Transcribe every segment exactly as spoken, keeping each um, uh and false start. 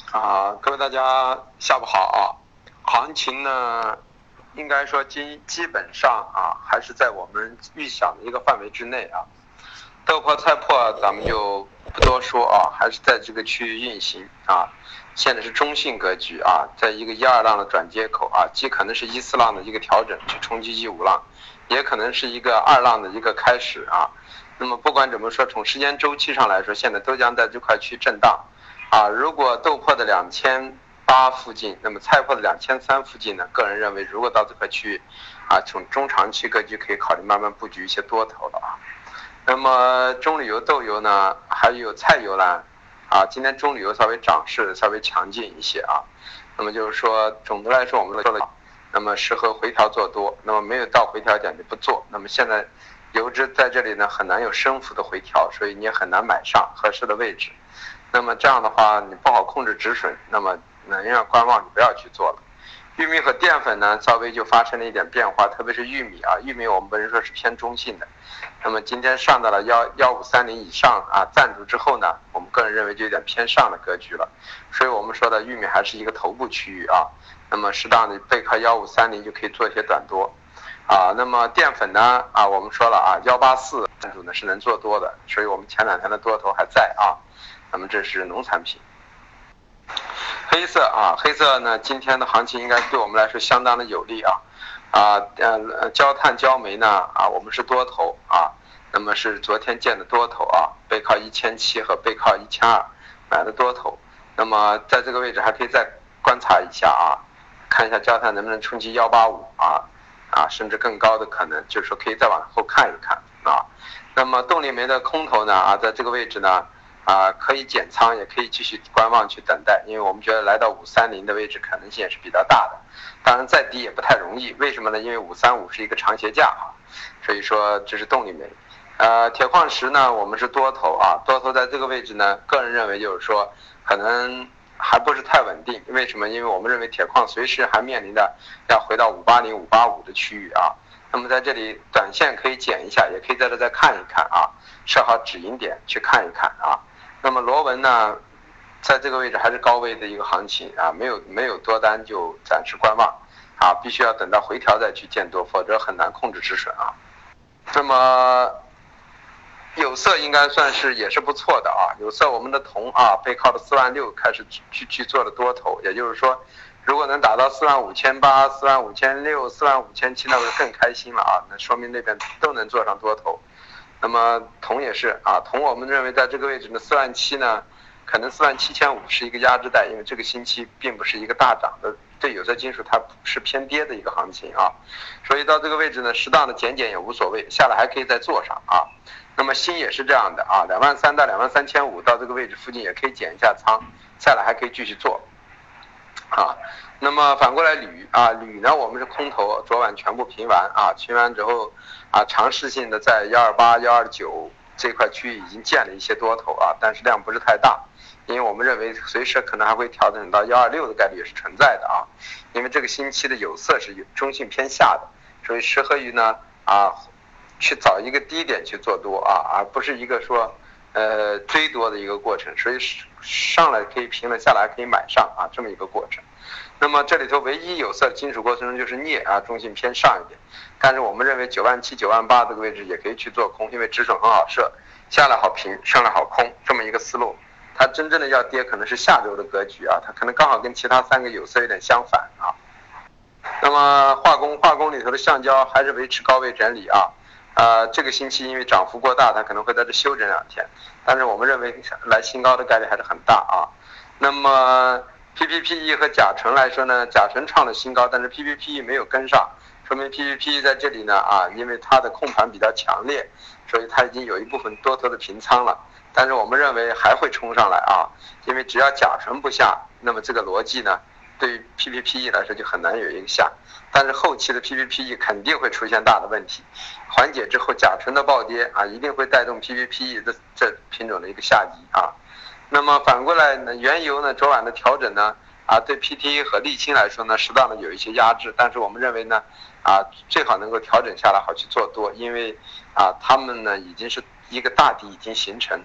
啊，各位大家下午好啊。行情呢，应该说基基本上啊，还是在我们预想的一个范围之内啊。豆粕、菜粕咱们就不多说啊，还是在这个区域运行啊。现在是中性格局啊，在一个一二浪的转接口啊，既可能是一四浪的一个调整去冲击一五浪，也可能是一个二浪的一个开始啊。那么不管怎么说，从时间周期上来说，现在都将在这块区震荡。啊，如果豆粕的两千八附近，那么菜粕的两千三附近呢？个人认为，如果到这块区域，啊，从中长期格局可以考虑慢慢布局一些多头了啊。那么中铝油、豆油呢，还有菜油呢，啊，今天中铝油稍微涨势稍微强劲一些啊。那么就是说，总的来说我们说了，那么适合回调做多，那么没有到回调点就不做。那么现在油脂在这里呢，很难有升幅的回调，所以你也很难买上合适的位置。那么这样的话，你不好控制止损，那么能要观望，你不要去做了。玉米和淀粉呢，稍微就发生了一点变化，特别是玉米啊，玉米我们本身说是偏中性的。那么今天上到了幺幺五三零以上啊，站住之后呢，我们个人认为就有点偏上的格局了。所以我们说的玉米还是一个头部区域啊，那么适当的背靠幺五三零就可以做一些短多。啊，那么淀粉呢啊，我们说了啊，幺八四站住呢是能做多的，所以我们前两天的多头还在啊。那么这是农产品。黑色啊，黑色呢，今天的行情应该对我们来说相当的有利啊。啊，呃，焦炭、焦煤呢，啊，我们是多头啊，那么是昨天建的多头啊，背靠一千七和背靠一千二买的多头。那么在这个位置还可以再观察一下啊，看一下焦炭能不能冲击幺八五啊，啊，甚至更高的可能，就是说可以再往后看一看啊。那么动力煤的空头呢，啊，在这个位置呢。啊，可以减仓，也可以继续观望去等待，因为我们觉得来到五三零的位置可能性也是比较大的，当然再低也不太容易。为什么呢？因为五三五是一个长斜价啊，所以说这是动力煤。呃，铁矿石呢，我们是多头啊，多头在这个位置呢，个人认为就是说可能还不是太稳定。为什么？因为我们认为铁矿随时还面临着要回到五八零、五八五的区域啊。那么在这里短线可以减一下，也可以在这再看一看啊，设好止盈点去看一看啊。那么螺纹呢，在这个位置还是高位的一个行情啊，没有没有多单就暂时观望啊，必须要等到回调再去见多，否则很难控制止损啊。那么有色应该算是也是不错的啊，有色我们的铜啊，背靠了四万六开始去去做了多头，也就是说，如果能达到四万五千八、四万五千六、四万五千七，那就更开心了啊，那说明那边都能做上多头。那么铜也是啊，铜我们认为在这个位置呢，四万七呢，可能四万七千五是一个压制带，因为这个星期并不是一个大涨的，对有色金属它是偏跌的一个行情啊，所以到这个位置呢，适当的减减也无所谓，下来还可以再做上啊。那么锌也是这样的啊，两万三到两万三千五到这个位置附近也可以减一下仓，下来还可以继续做啊。那么反过来铝啊，铝呢我们是空头，昨晚全部平完啊，平完之后啊，尝试性的在幺二八、幺二九这块区域已经建了一些多头啊，但是量不是太大，因为我们认为随时可能还会调整到幺二六的概率也是存在的啊，因为这个星期的有色是中性偏下的，所以适合于呢啊去找一个低点去做多啊，而不是一个说呃追多的一个过程，所以上来可以平了，下来可以买上啊，这么一个过程。那么这里头唯一有色金属过程中就是镍啊，中性偏上一点，但是我们认为九万七、九万八这个位置也可以去做空，因为止损很好设，下来好平，上来好空，这么一个思路。它真正的要跌可能是下周的格局啊，它可能刚好跟其他三个有色有点相反啊。那么化工化工里头的橡胶还是维持高位整理啊，呃，这个星期因为涨幅过大，它可能会在这休整两天，但是我们认为来新高的概率还是很大啊。那么P P P E 和甲醇来说呢，甲醇创了新高，但是 P P P E 没有跟上，说明 P P P E 在这里呢啊，因为它的控盘比较强烈，所以它已经有一部分多头的平仓了。但是我们认为还会冲上来啊，因为只要甲醇不下，那么这个逻辑呢，对于 P P P E 来说就很难有一个下。但是后期的 P P P E 肯定会出现大的问题，缓解之后甲醇的暴跌啊，一定会带动 P P P E 的这品种的一个下移啊。那么反过来呢，原油呢昨晚的调整呢，啊对 P T A 和沥青来说呢，适当的有一些压制，但是我们认为呢，啊最好能够调整下来，好去做多，因为啊他们呢已经是一个大底已经形成，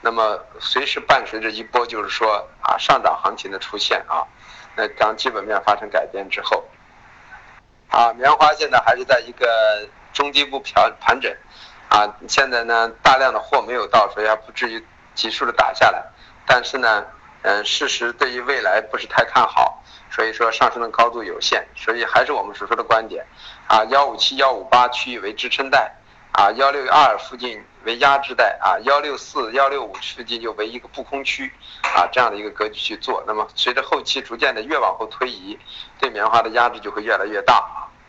那么随时伴随着一波就是说啊上涨行情的出现啊。那当基本面发生改变之后，啊，棉花现在还是在一个中低部盘盘整，啊，现在呢大量的货没有到，所以还不至于急速的打下来。但是呢，嗯，事实对于未来不是太看好，所以说上升的高度有限，所以还是我们所说的观点，啊，幺五七、幺五八区域为支撑带，啊，幺六二附近为压制带，啊，幺六四、幺六五附近就为一个布空区，啊，这样的一个格局去做。那么随着后期逐渐的越往后推移，对棉花的压制就会越来越大。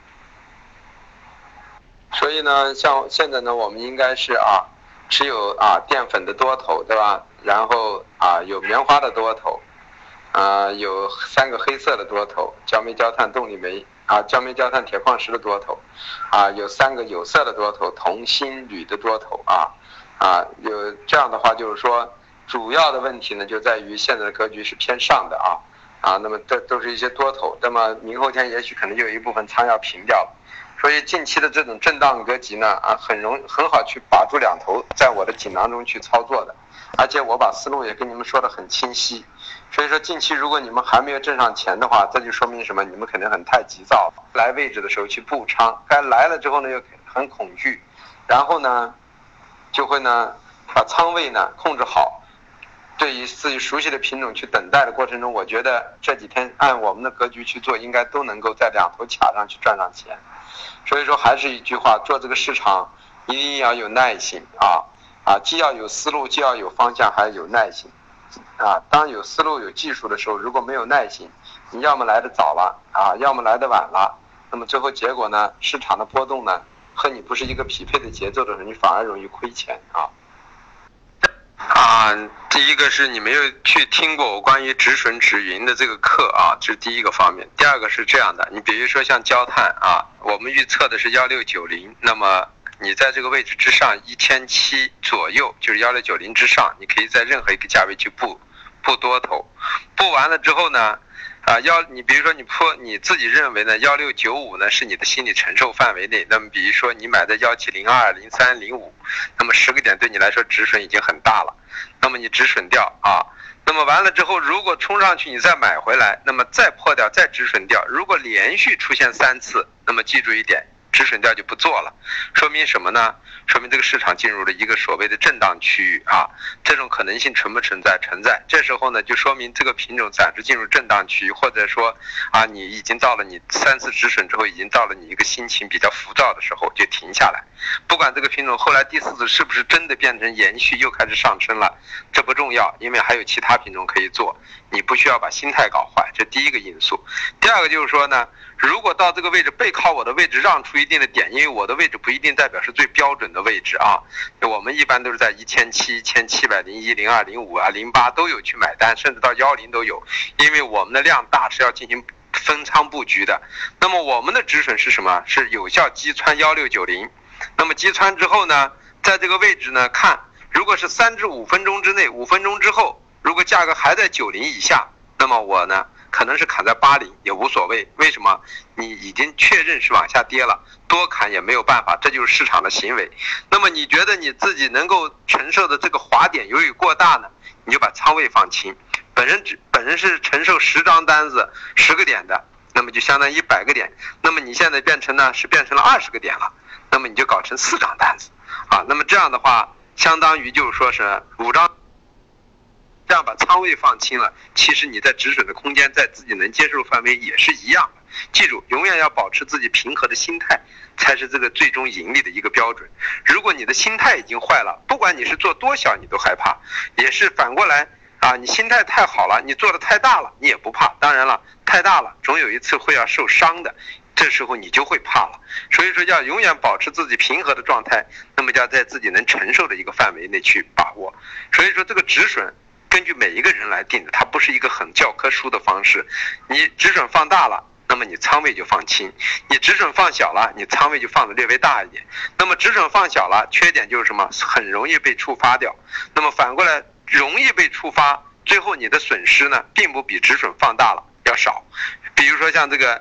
所以呢，像现在呢，我们应该是啊，持有啊淀粉的多头，对吧？然后啊有棉花的多头，啊有三个黑色的多头，焦煤、焦炭、动力煤啊，焦煤、焦炭、铁矿石的多头，啊有三个有色的多头，铜、锌、铝的多头啊啊有这样的话，就是说主要的问题呢就在于现在的格局是偏上的啊啊，那么这都是一些多头，那么明后天也许可能就有一部分仓要平掉了。所以近期的这种震荡格局呢，啊，很容很好去把住两头，在我的锦囊中去操作的，而且我把思路也跟你们说得很清晰。所以说近期如果你们还没有挣上钱的话，这就说明什么？你们肯定很太急躁，来位置的时候去布仓，该来了之后呢又很恐惧，然后呢就会呢把仓位呢控制好。对于自己熟悉的品种去等待的过程中，我觉得这几天按我们的格局去做，应该都能够在两头卡上去赚上钱。所以说还是一句话，做这个市场一定要有耐心啊啊，既要有思路，既要有方向，还要有耐心啊。当有思路、有技术的时候，如果没有耐心，你要么来得早了啊，要么来得晚了，那么最后结果呢，市场的波动呢和你不是一个匹配的节奏的时候，你反而容易亏钱啊。啊，第一个是你没有去听过我关于止损止盈的这个课啊，这是第一个方面。第二个是这样的，你比如说像焦炭啊，我们预测的是幺六九零，那么你在这个位置之上一千七左右，就是幺六九零之上，你可以在任何一个价位去布布多头，布完了之后呢，啊幺你比如说你破你自己认为呢幺六九五呢是你的心理承受范围内，那么比如说你买的幺七零二、零三、零五，那么十个点对你来说止损已经很大了。那么你止损掉啊，那么完了之后，如果冲上去你再买回来，那么再破掉再止损掉，如果连续出现三次，那么记住一点，止损掉就不做了，说明什么呢？说明这个市场进入了一个所谓的震荡区域啊，这种可能性存不存在？存在。这时候呢，就说明这个品种暂时进入震荡区域，或者说啊，你已经到了你三次止损之后，已经到了你一个心情比较浮躁的时候，就停下来。不管这个品种后来第四次是不是真的变成延续又开始上升了，这不重要，因为还有其他品种可以做，你不需要把心态搞坏，这第一个因素。第二个就是说呢，如果到这个位置背靠我的位置让出一定的点，因为我的位置不一定代表是最标准的位置啊，我们一般都是在一千七、一千七百零一、零二、零五啊、零八都有去买单，甚至到幺零都有，因为我们的量大是要进行分仓布局的。那么我们的止损是什么？是有效击穿幺六九零。那么击穿之后呢，在这个位置呢看，如果是三至五分钟之内，五分钟之后，如果价格还在九零以下，那么我呢可能是砍在八零也无所谓。为什么？你已经确认是往下跌了，多砍也没有办法，这就是市场的行为。那么你觉得你自己能够承受的这个滑点由于过大呢，你就把仓位放轻。本身本身是承受十张单子十个点的，那么就相当于一百个点，那么你现在变成呢是变成了二十个点了，那么你就搞成四张单子啊，那么这样的话相当于就是说是五张，这样把仓位放轻了，其实你在止损的空间在自己能接受范围也是一样的。记住，永远要保持自己平和的心态，才是这个最终盈利的一个标准。如果你的心态已经坏了，不管你是做多小你都害怕，也是反过来啊，你心态太好了，你做的太大了你也不怕，当然了，太大了总有一次会要受伤的，这时候你就会怕了。所以说要永远保持自己平和的状态，那么就要在自己能承受的一个范围内去把握。所以说这个止损根据每一个人来定的，它不是一个很教科书的方式。你止损放大了，那么你仓位就放轻，你止损放小了，你仓位就放的略微大一点。那么止损放小了，缺点就是什么？很容易被触发掉。那么反过来容易被触发，最后你的损失呢并不比止损放大了要少。比如说像这个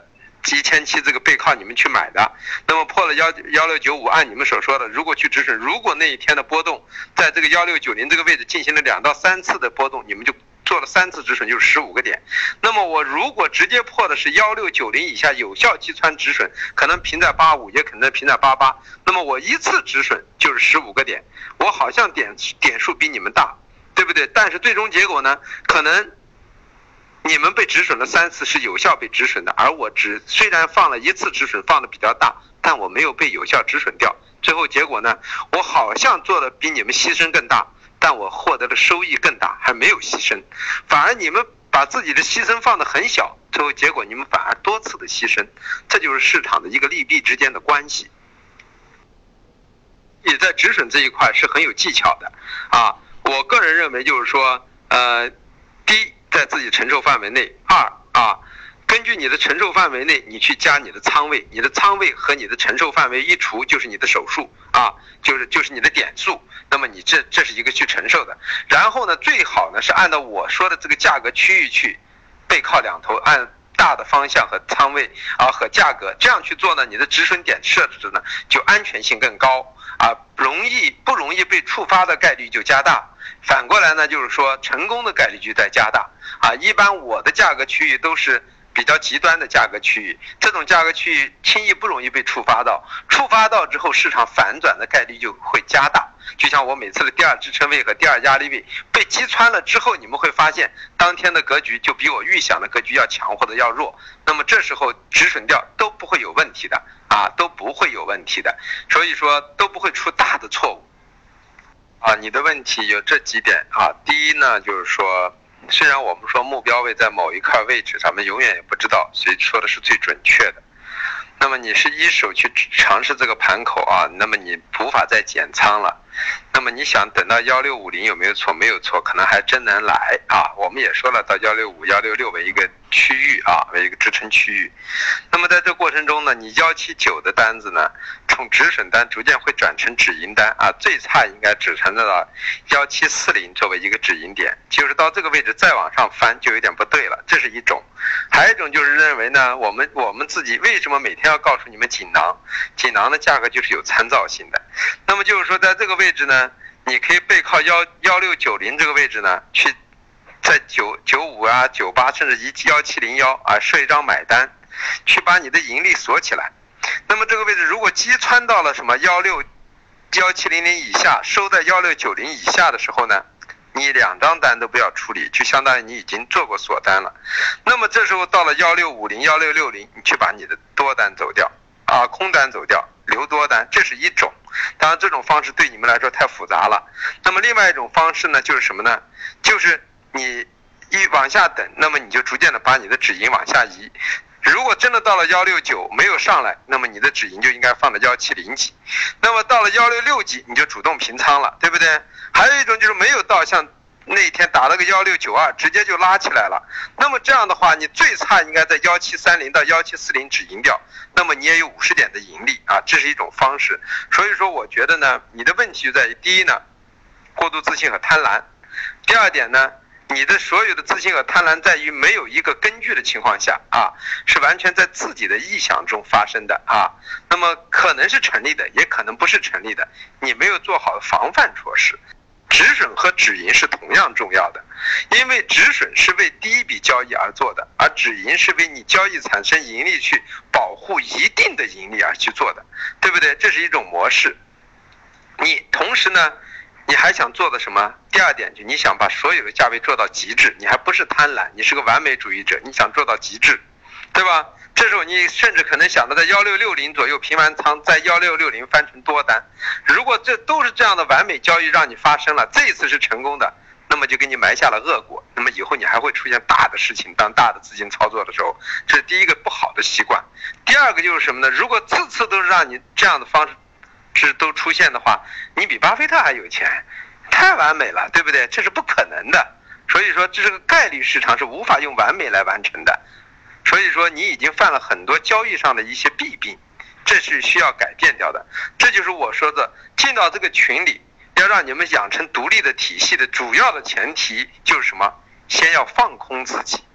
一千七这个背靠你们去买的，那么破了幺幺六九五，按你们所说的，如果去止损，如果那一天的波动在这个幺六九零这个位置进行了两到三次的波动，你们就做了三次止损，就是十五个点。那么我如果直接破的是幺六九零以下有效击穿止损，可能平在八五，也可能平在八八，那么我一次止损就是十五个点，我好像点点数比你们大，对不对？但是最终结果呢，可能你们被止损了三次是有效被止损的，而我只虽然放了一次止损放的比较大，但我没有被有效止损掉。最后结果呢，我好像做的比你们牺牲更大，但我获得的收益更大，还没有牺牲，反而你们把自己的牺牲放得很小，最后结果你们反而多次的牺牲，这就是市场的一个利弊之间的关系。也在止损这一块是很有技巧的啊。我个人认为就是说，呃，第一，在自己承受范围内；二啊，根据你的承受范围内，你去加你的仓位，你的仓位和你的承受范围一除就是你的手数啊，就是就是你的点数。那么你这这是一个去承受的。然后呢，最好呢是按照我说的这个价格区域去背靠两头，按大的方向和仓位啊和价格这样去做呢，你的止损点设置呢就安全性更高啊，容易不容易被触发的概率就加大。反过来呢，就是说成功的概率就在加大啊。一般我的价格区域都是比较极端的价格区域，这种价格区域轻易不容易被触发到，触发到之后市场反转的概率就会加大。就像我每次的第二支撑位和第二压力位被击穿了之后，你们会发现当天的格局就比我预想的格局要强或者要弱，那么这时候止损掉都不会有问题的啊，都不会有问题的，所以说都不会出大的错误啊。你的问题有这几点啊，第一呢就是说，虽然我们说目标位在某一块位置，咱们永远也不知道谁说的是最准确的。那么你是一手去尝试这个盘口啊，那么你无法再减仓了。那么你想等到幺六五零有没有错？没有错，可能还真能来啊。我们也说了，到幺六五、幺六六为一个区域啊，为一个支撑区域。那么在这过程中呢，你幺七九的单子呢，从止损单逐渐会转成止盈单啊，最差应该止成到幺七四零作为一个止盈点，就是到这个位置再往上翻就有点不对了，这是一种。还有一种就是认为呢，我们我们自己为什么每天要告诉你们锦囊？锦囊的价格就是有参照性的。那么就是说，在这个位置呢，你可以背靠幺幺六九零这个位置呢，去在九九五啊、九八甚至一幺七零幺啊设一张买单，去把你的盈利锁起来。那么这个位置如果击穿到了什么幺六幺七零零以下，收在幺六九零以下的时候呢，你两张单都不要处理，就相当于你已经做过锁单了。那么这时候到了幺六五零、幺六六零，你去把你的多单走掉啊，空单走掉，留多单，这是一种。当然这种方式对你们来说太复杂了。那么另外一种方式呢，就是什么呢？就是你一往下等，那么你就逐渐的把你的止盈往下移。如果真的到了幺六九没有上来，那么你的止盈就应该放到幺七零几。那么到了幺六六几，你就主动平仓了，对不对？还有一种就是没有到像那天打了个幺六九二，直接就拉起来了。那么这样的话，你最差应该在幺七三零到幺七四零止盈掉，那么你也有五十点的盈利啊，这是一种方式。所以说，我觉得呢，你的问题就在于第一呢，过度自信和贪婪；第二点呢，你的所有的自信和贪婪在于没有一个根据的情况下啊，是完全在自己的臆想中发生的啊。那么可能是成立的，也可能不是成立的，你没有做好防范措施。止损和止盈是同样重要的，因为止损是为第一笔交易而做的，而止盈是为你交易产生盈利去保护一定的盈利而去做的，对不对？这是一种模式。你同时呢，你还想做的什么？第二点，就你想把所有的价位做到极致，你还不是贪婪，你是个完美主义者，你想做到极致，对吧？这时候你甚至可能想到在幺六六零左右平完仓，在幺六六零翻成多单。如果这都是这样的完美交易让你发生了，这一次是成功的，那么就给你埋下了恶果。那么以后你还会出现大的事情，当大的资金操作的时候，这是第一个不好的习惯。第二个就是什么呢？如果次次都是让你这样的方式都出现的话，你比巴菲特还有钱，太完美了，对不对？这是不可能的。所以说，这是个概率市场，是无法用完美来完成的。所以说你已经犯了很多交易上的一些弊病，这是需要改变掉的。这就是我说的，进到这个群里，要让你们养成独立的体系的主要的前提就是什么？先要放空自己，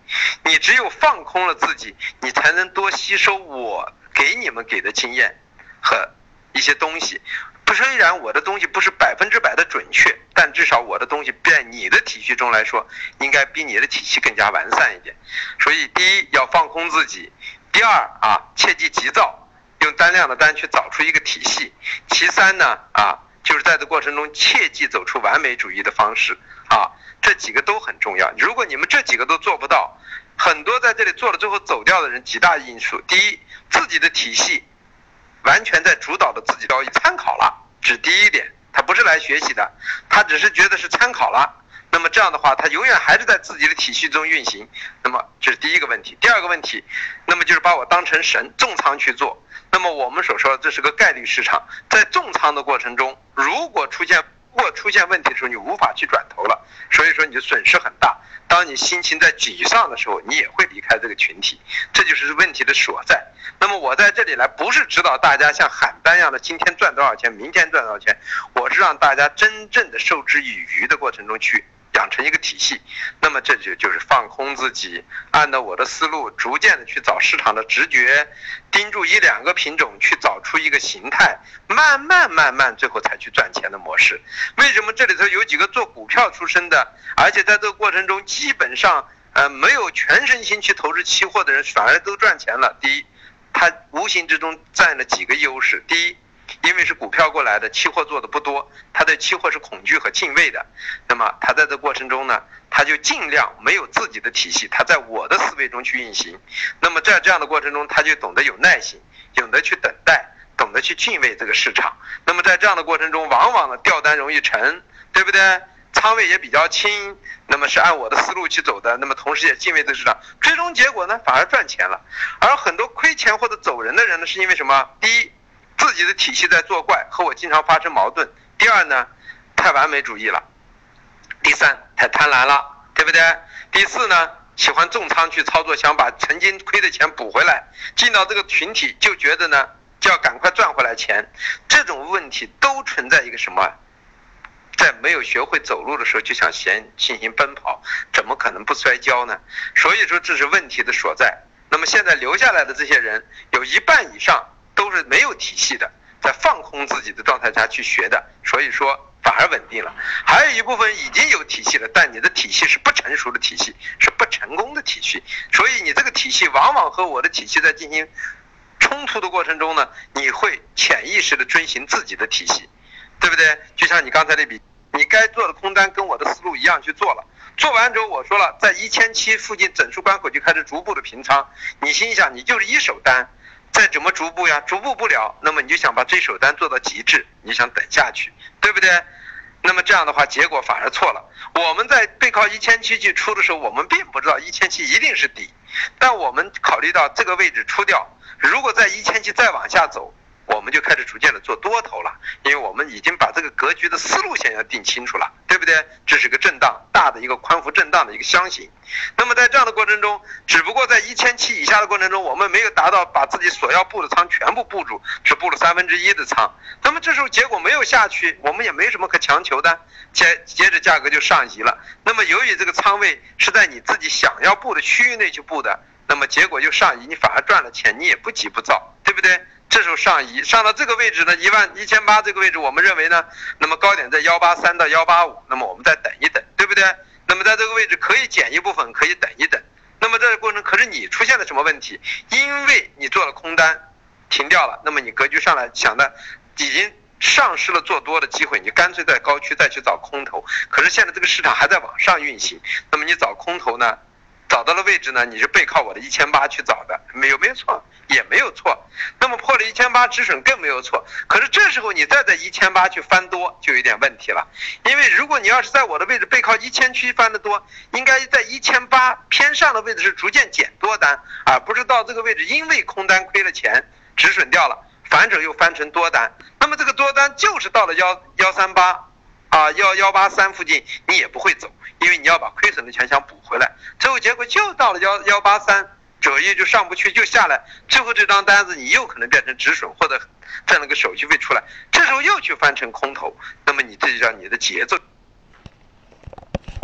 你只有放空了自己，你才能多吸收我给你们给的经验和一些东西。虽然我的东西不是百分之百的准确，但至少我的东西在你的体系中来说，应该比你的体系更加完善一点。所以第一要放空自己，第二啊，切忌急躁，用单量的单去找出一个体系。其三呢啊，就是在这过程中切忌走出完美主义的方式啊，这几个都很重要。如果你们这几个都做不到，很多在这里做了最后走掉的人几大因素。第一，自己的体系完全在主导的自己交易参考了，这是第一点，他不是来学习的，他只是觉得是参考了。那么这样的话，他永远还是在自己的体系中运行。那么这是第一个问题。第二个问题，那么就是把我当成神，重仓去做。那么我们所说的这是个概率市场，在重仓的过程中，如果出现如果出现问题的时候，你无法去转头了，所以说你的损失很大。当你心情在沮丧的时候，你也会离开这个群体，这就是问题的所在。那么我在这里来不是指导大家像喊单一样的今天赚多少钱，明天赚多少钱，我是让大家真正的受之以渔的过程中去养成一个体系。那么这就就是放空自己，按照我的思路逐渐的去找市场的直觉，盯住一两个品种去找出一个形态，慢慢慢慢最后才去赚钱的模式。为什么这里头有几个做股票出身的，而且在这个过程中基本上呃没有全身心去投资期货的人反而都赚钱了？第一，他无形之中占了几个优势。第一，因为是股票过来的，期货做的不多，他对期货是恐惧和敬畏的，那么他在这过程中呢，他就尽量没有自己的体系，他在我的思维中去运行。那么在这样的过程中，他就懂得有耐心，懂得去等待，懂得去敬畏这个市场。那么在这样的过程中，往往呢掉单容易沉，对不对？仓位也比较轻，那么是按我的思路去走的，那么同时也敬畏这个市场，最终结果呢反而赚钱了。而很多亏钱或者走人的人呢，是因为什么？第一，自己的体系在作怪，和我经常发生矛盾；第二呢，太完美主义了；第三，太贪婪了，对不对？第四呢，喜欢重仓去操作，想把曾经亏的钱补回来，进到这个群体就觉得呢就要赶快赚回来钱。这种问题都存在一个什么？在没有学会走路的时候就想先进行奔跑，怎么可能不摔跤呢？所以说这是问题的所在。那么现在留下来的这些人，有一半以上都是没有体系的，在放空自己的状态下去学的，所以说反而稳定了。还有一部分已经有体系了，但你的体系是不成熟的体系，是不成功的体系，所以你这个体系往往和我的体系在进行冲突的过程中呢，你会潜意识的遵循自己的体系，对不对？就像你刚才那笔，你该做的空单跟我的思路一样去做了，做完之后我说了，在一千七附近整数关口就开始逐步的平仓，你心想你就是一手单，再怎么逐步呀，逐步不了，那么你就想把这手单做到极致，你想等下去，对不对？那么这样的话结果反而错了。我们在背靠一千七去出的时候，我们并不知道一千七一定是底，但我们考虑到这个位置出掉，如果在一千七再往下走，我们就开始逐渐的做多头了，因为我们已经把这个格局的思路线要定清楚了，对不对？这是个震荡大的一个宽幅震荡的一个箱型。那么在这样的过程中，只不过在一千七以下的过程中，我们没有达到把自己所要布的仓全部布住，只布了三分之一的仓。那么这时候结果没有下去，我们也没什么可强求的，接接着价格就上移了。那么由于这个仓位是在你自己想要布的区域内去布的，那么结果就上移，你反而赚了钱，你也不急不躁，对不对？这时候上移上到这个位置呢，一万一千八这个位置，我们认为呢，那么高点在幺八三到幺八五，那么我们再等一等，对不对？那么在这个位置可以减一部分，可以等一等。那么这个过程，可是你出现了什么问题？因为你做了空单，停掉了，那么你格局上来想的已经丧失了做多的机会，你干脆在高区再去找空头。可是现在这个市场还在往上运行，那么你找空头呢？找到了位置呢，你是背靠我的一千八去找的，没有没有错，也没有错。那么破了一千八止损更没有错。可是这时候你再在一千八去翻多就有点问题了，因为如果你要是在我的位置背靠一千七翻的多，应该在一千八偏上的位置是逐渐减多单，而不是到这个位置因为空单亏了钱止损掉了，反手又翻成多单。那么这个多单就是到了幺幺三八。啊，幺幺八三附近你也不会走，因为你要把亏损的钱想补回来，最后结果就到了幺幺八三，左右就上不去就下来，最后这张单子你又可能变成止损或者挣了个手续费出来，这时候又去翻成空头，那么你这就叫你的节奏